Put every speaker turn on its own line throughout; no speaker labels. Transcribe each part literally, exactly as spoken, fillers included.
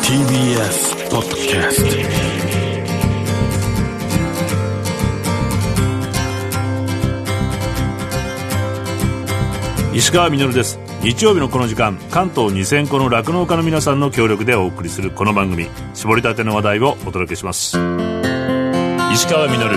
ティービーエス ポッドキャスト石川みのるです。日曜日のこの時間、関東にせんこの酪農家の皆さんの協力でお送りするこの番組、絞りたての話題をお届けします。石川みのる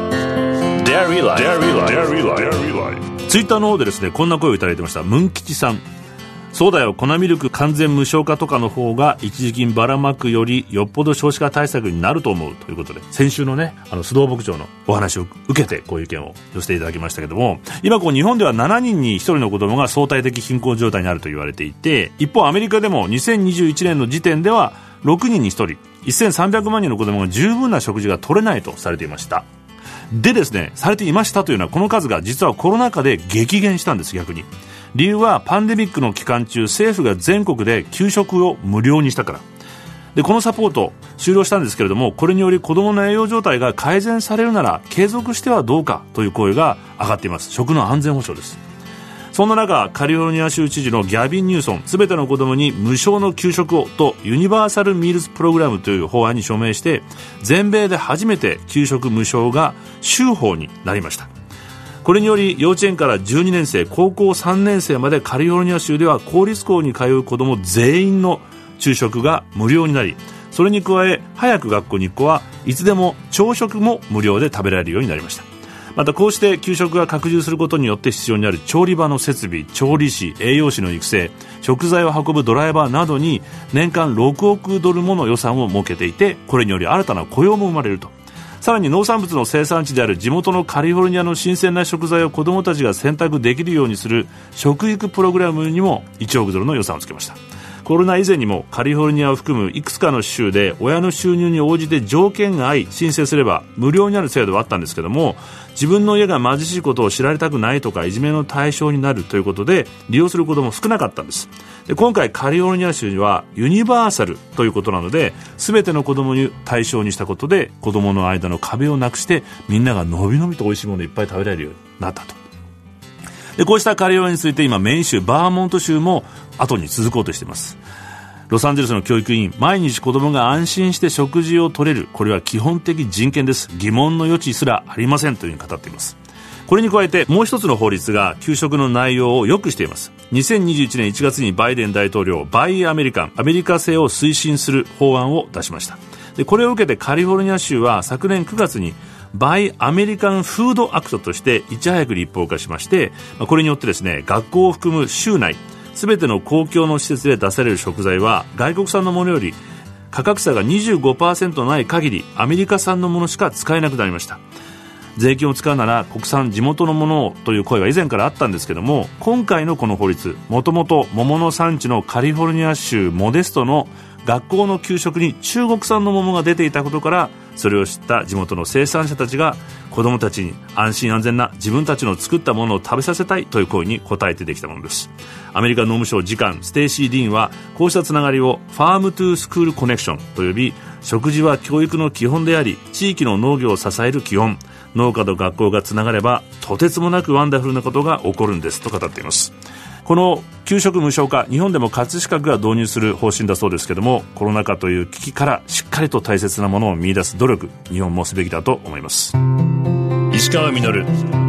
Dairy Life。 ツイッターの方でですね、こんな声をいただいてました。ムン吉さん、そうだよ、粉ミルク完全無償化とかの方が一時金ばらまくよりよっぽど少子化対策になると思うということで、先週のね、あの須藤牧場のお話を受けてこういう意見を寄せていただきましたけども、今こう日本ではしちにんにひとりの子供が相対的貧困状態にあると言われていて、一方アメリカでもにせんにじゅういちねんの時点ではろくにんにひとり、せんさんびゃくまんにんの子供が十分な食事が取れないとされていました。でですね、されていましたというのは、この数が実はコロナ禍で激減したんです。逆に理由はパンデミックの期間中、政府が全国で給食を無料にしたからで、このサポート終了したんですけれども、これにより子どもの栄養状態が改善されるなら継続してはどうかという声が上がっています。食の安全保障です。そんな中、カリフォルニア州知事のギャビン・ニューソン、すべての子どもに無償の給食をとユニバーサル・ミールズ・プログラムという法案に署名して、全米で初めて給食無償が州法になりました。これにより幼稚園からじゅうにねんせい、高校さんねんせいまでカリフォルニア州では公立校に通う子ども全員の昼食が無料になり、それに加え早く学校に行く子はいつでも朝食も無料で食べられるようになりました。またこうして給食が拡充することによって必要になる調理場の設備、調理師、栄養士の育成、食材を運ぶドライバーなどに年間ろくおくドルもの予算を設けていて、これにより新たな雇用も生まれると。さらに農産物の生産地である地元のカリフォルニアの新鮮な食材を子どもたちが選択できるようにする食育プログラムにもいちおくドルの予算をつけました。コロナ以前にもカリフォルニアを含むいくつかの州で親の収入に応じて条件が合い申請すれば無料になる制度はあったんですけども、自分の家が貧しいことを知られたくないとかいじめの対象になるということで利用する子ども少なかったんです。で、今回カリフォルニア州にはユニバーサルということなので、全ての子どもに対象にしたことで子どもの間の壁をなくして、みんながのびのびと美味しいものをいっぱい食べられるようになったと。で、こうしたカリフォルニアについて今メイン州バーモント州も後に続こうとしています。ロサンゼルスの教育委員、毎日子どもが安心して食事を取れる、これは基本的人権です、疑問の余地すらありませんというふうに語っています。これに加えてもう一つの法律が給食の内容を良くしています。にせんにじゅういちねんいちがつにバイデン大統領、バイアメリカン、アメリカ製を推進する法案を出しました。で、これを受けてカリフォルニア州は昨年くがつにバイアメリカンフードアクトとしていち早く立法化しまして、これによってですね、学校を含む州内すべての公共の施設で出される食材は外国産のものより価格差が にじゅうごパーセント ない限りアメリカ産のものしか使えなくなりました。税金を使うなら国産地元のものをという声は以前からあったんですけども、今回のこの法律、もともと桃の産地のカリフォルニア州モデストの学校の給食に中国産の桃が出ていたことから、それを知った地元の生産者たちが子どもたちに安心安全な自分たちの作ったものを食べさせたいという声に応えてできたものです。アメリカ農務省次官ステイシー・ディーンはこうしたつながりをファームトゥースクールコネクションと呼び、食事は教育の基本であり地域の農業を支える基本、農家と学校がつながればとてつもなくワンダフルなことが起こるんですと語っています。この給食無償化、日本でも葛飾区が導入する方針だそうですけども、コロナ禍という危機からしっかりと大切なものを見出す努力、日本もすべきだと思います。石川みのる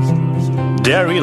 Dairy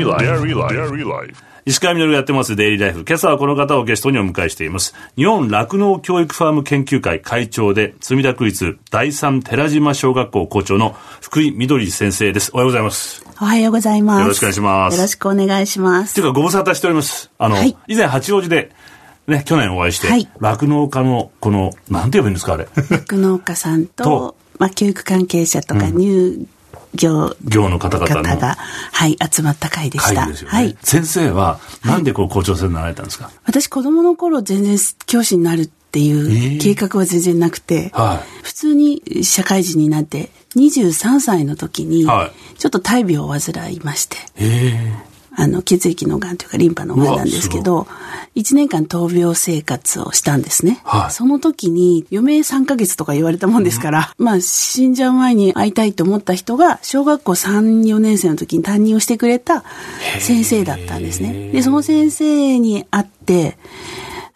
Life。石川みのるがやってますデイリーライフ。今朝はこの方をゲストにお迎えしています。日本酪農教育ファーム研究会会長で墨田区立第三寺島小学校校長の福井みどり先生です。おはようございます。
おはようございます。
よろしくお願いします。
よろしくお願いします。
というかご無沙汰しております。あの、はい、以前八王子でね、去年お会いして、酪農、はい、家のこのなんて呼ぶんですかあれ。
酪農家さんと、とまあ教育関係者とか入業、
業の方々の
方が、はい、集まった会でした。
会ですよね。はい、先生はなんでこう校長先生になられたんですか。はい、
私子供の頃全然教師になるっていう計画は全然なくて、えーはい、普通に社会人になってにじゅうさんさいの時にちょっと大病を患いまして、えーあの血液のがんというかリンパのがんなんですけど、いちねんかん闘病生活をしたんですね。はい、その時に余命さんかげつとか言われたもんですから、うん、まあ死んじゃう前に会いたいと思った人が小学校さん、よねんせいの時に担任をしてくれた先生だったんですね。でその先生に会って、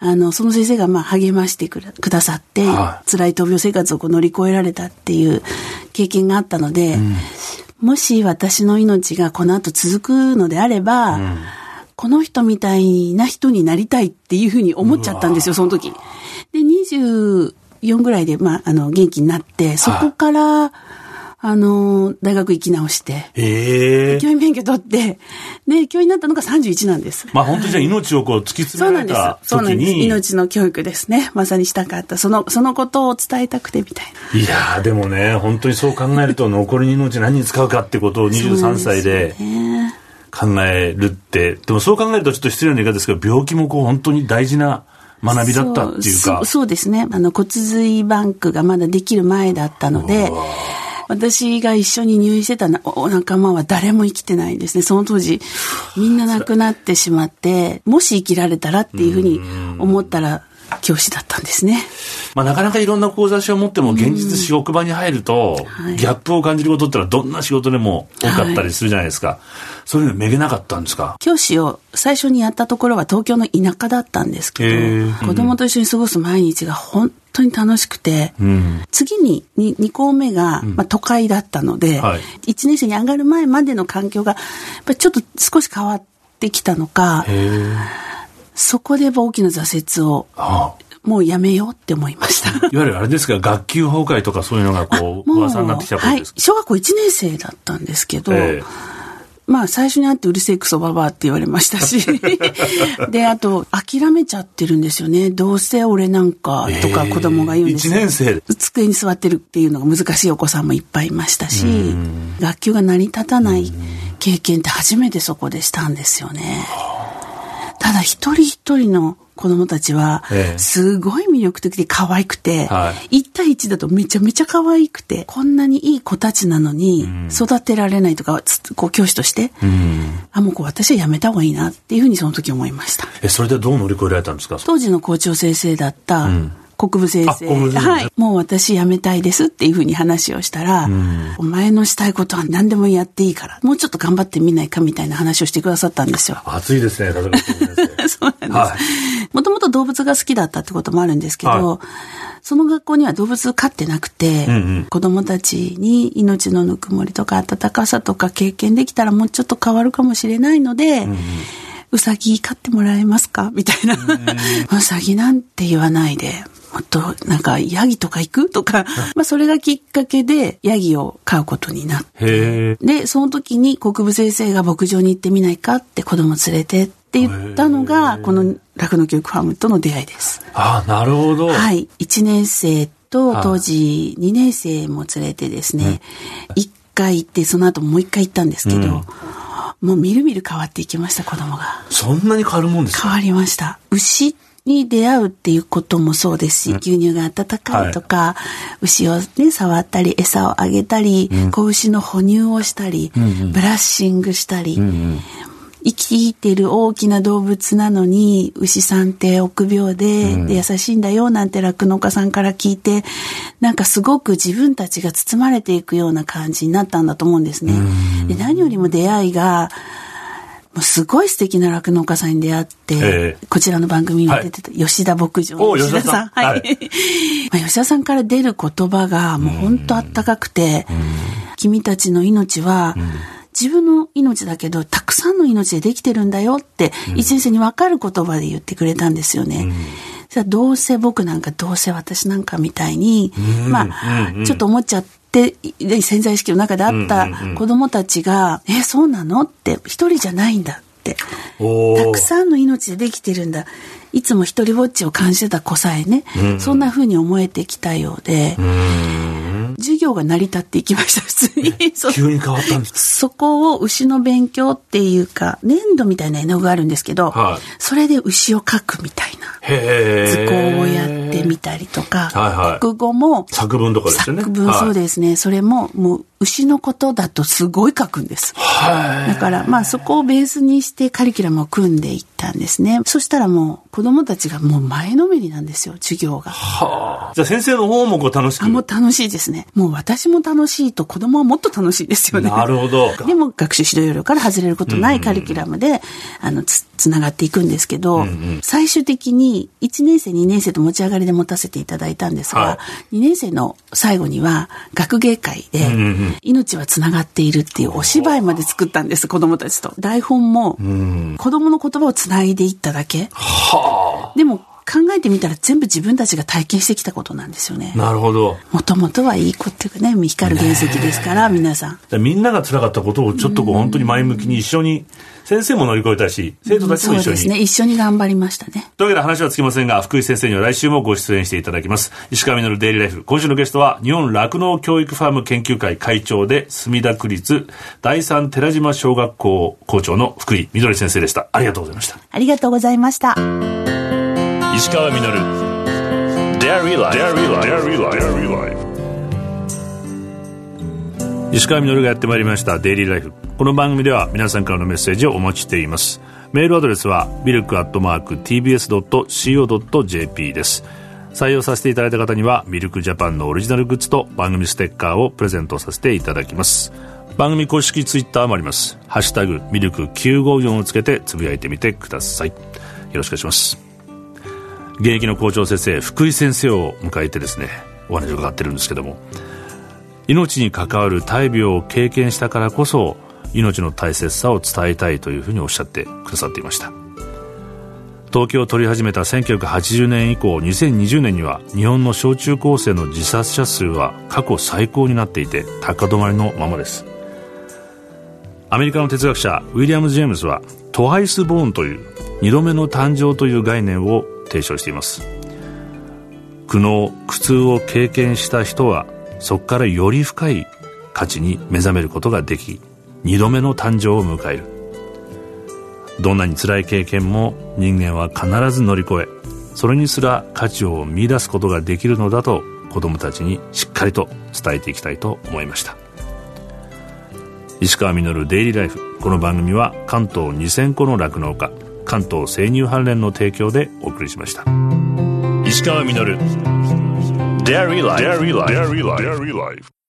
あの、その先生がまあ励ましてくださって、はい、辛い闘病生活をこう乗り越えられたっていう経験があったので、うん、もし私の命がこの後続くのであれば、うん、この人みたいな人になりたいっていうふうに思っちゃったんですよ、その時。で、にじゅうよんぐらいで、まあ、あの、元気になって、そこから、はい、あの、大学行き直して、
えー、
教員免許取って、で、教員になったのがさんじゅういちなんです。
まあ本当にじゃあ命をこう突き詰められた時に。そうなんです。そうなんです。
命の教育ですね。まさにしたかった。その、そのことを伝えたくてみたいな。
いやー、でもね、本当にそう考えると、残りの命何に使うかってことをにじゅうさんさいで考えるって、でもそう考えるとちょっと失礼な言い方ですけど、病気もこう本当に大事な学びだったっていうか。
そう、そう、そうですね。あの、骨髄バンクがまだできる前だったので、私が一緒に入院してたお仲間は誰も生きてないんですね。その当時みんな亡くなってしまって、もし生きられたらっていうふうに思ったら教師だったんですね。
まあ、なかなかいろんな志を持っても現実職場に入るとギャップを感じることってのはどんな仕事でも多かったりするじゃないですか、はい、そういうのめげなかったんですか？
教師を最初にやったところは東京の田舎だったんですけど、子供と一緒に過ごす毎日が本当に楽しくて、うん、次に 2, に校目が、うんまあ、都会だったので、はい、いちねん生に上がる前までの環境がやっぱりちょっと少し変わってきたのか、そこで大きな挫折を、はあ、もうやめようって思いました。
いわゆるあれですか、学級崩壊とかそういうのがこう噂になってきたことですか？
はい、小学校いちねん生だったんですけど、えーまあ最初に会ってうるせえクソババアって言われましたしで、あと諦めちゃってるんですよね。どうせ俺なんかとか子供が言うんですよ、
えー、いちねん生
机に座ってるっていうのが難しいお子さんもいっぱいいましたし、学級が成り立たない経験って初めてそこでしたんですよね。ただ一人一人の子供たちはすごい魅力的で可愛くて、はい、いち対いちだとめちゃめちゃ可愛くて、こんなにいい子たちなのに育てられないとか、こう教師として、うん、あ、もうこう私はやめた方がいいなっていうふうにその時思いました。
え、それでどう乗り越えられたんですか？
当時の校長先生だった、うん国分先生、はい、もう私辞めたいですっていうふうに話をしたら、うん、お前のしたいことは何でもやっていいからもうちょっと頑張ってみないかみたいな話をしてくださったんですよ。
熱いですね、田中先生。
そうなんです。もともと動物が好きだったってこともあるんですけど、はい、その学校には動物飼ってなくて、うんうん、子供たちに命のぬくもりとか温かさとか経験できたらもうちょっと変わるかもしれないので、うんうん、うさぎ飼ってもらえますかみたいな。うさぎなんて言わないでもっとなんかヤギとか行くとかまあそれがきっかけでヤギを飼うことになって、でその時に国分先生が牧場に行ってみないかって子供連れてって言ったのがこの酪農教育ファームとの出会いです。
ああ、なるほど。
はい、いちねん生と当時にねん生も連れてですね、いっかい行ってその後もういっかい行ったんですけど、うん、もうみるみる変わっていきました。子供が
そんなに変わるもんですか？
変わりました。牛に出会うっていうこともそうですし、うん、牛乳が温かいとか、はい、牛をね触ったり餌をあげたり、うん、子牛の哺乳をしたり、うんうん、ブラッシングしたり、うんうん、生きてる大きな動物なのに牛さんって臆病 で,、うん、で優しいんだよなんて酪農家さんから聞いて、なんかすごく自分たちが包まれていくような感じになったんだと思うんですね。で何よりも出会いがもうすごい素敵な酪農家さんに出会って、えー、こちらの番組に出てた吉田牧場の吉田さん、はいはいまあ、吉田さんから出る言葉がもう本当あったかくて、君たちの命は自分の命だけどたくさんの命でできてるんだよって一年生に分かる言葉で言ってくれたんですよね。じゃあどうせ僕なんかどうせ私なんかみたいに、まあちょっと思っちゃってで潜在意識の中であった子どもたちが、うんうんうん、えそうなのって一人じゃないんだってたくさんの命でできてるんだ、いつも一人ぼっちを感じてた子さえね、うんうん、そんな風に思えてきたようで、うん授業が成り立っていきました。普通に
急に変わったんです。
そこを牛の勉強っていうか粘土みたいな絵の具があるんですけど、はい、それで牛を描くみたいな図工をやってみたりとか、はいはい、国語も
作文とかですよね。
作文、そうですね、はい、それももう牛のことだとすごい書くんです、はい、だからまあそこをベースにしてカリキュラムを組んでいったんですね。そしたらもう子どもたちがもう前のめりなんですよ、授業が。は
じゃあ先生の方もこう楽しく。
あ、もう楽しいですね。もう私も楽しいと子供はもっと楽しいですよね。
なるほど。
でも学習指導要領から外れることないカリキュラムで、うんうん、あのつ、つながっていくんですけど、うんうん、最終的にいちねん生、にねん生と持ち上がりで持たせていただいたんですが、はい、にねん生の最後には学芸会で、うんうん、命はつながっているっていうお芝居まで作ったんです、子供たちと。台本も、うん、子供の言葉をつないでいっただけ。はあ、でも考えてみたら全部自分たちが体験してきたことなんですよね。
なるほど。
もともとはいい子っていうかね、光る原石ですから、皆さん。
みんなが辛かったことをちょっとこう本当に前向きに一緒に、先生も乗り越えたし、生徒たちも一緒に。
そうですね、一緒に頑張りましたね。
というわけで話はつきませんが、福井先生には来週もご出演していただきます。石川稔デイリーライフ。今週のゲストは、日本酪農教育ファーム研究会会長で、墨田区立第三寺島小学校校長の福井稔先生でした。ありがとうございました。
ありがとうございました。
石川稔 Dairy Life。 石川稔がやってまいりましたデイリーライフ。この番組では皆さんからのメッセージをお待ちしています。メールアドレスはミルクアットマーク ティービーエスドットシーオードットジェーピー です。採用させていただいた方にはミルクジャパンのオリジナルグッズと番組ステッカーをプレゼントさせていただきます。番組公式ツイッターもあります。ハッシュタグミルクきゅうごよんをつけてつぶやいてみてください。よろしくお願いします。現役の校長先生福井先生を迎えてですね、お話を伺ってるんですけども、命に関わる大病を経験したからこそ命の大切さを伝えたいというふうにおっしゃってくださっていました。統計を取り始めたせんきゅうひゃくはちじゅうねん以降、にせんにじゅうねんには日本の小中高生の自殺者数は過去最高になっていて、高止まりのままです。アメリカの哲学者ウィリアム・ジェームズはトワイスボーンという二度目の誕生という概念を提唱しています。苦悩苦痛を経験した人はそこからより深い価値に目覚めることができ、二度目の誕生を迎える。どんなに辛い経験も人間は必ず乗り越え、それにすら価値を見出すことができるのだと子どもたちにしっかりと伝えていきたいと思いました。石川稔デイリーライフ。この番組は関東にせんこの酪農家関東生乳関連の提供でお送りしました。石川稔 Dairy Life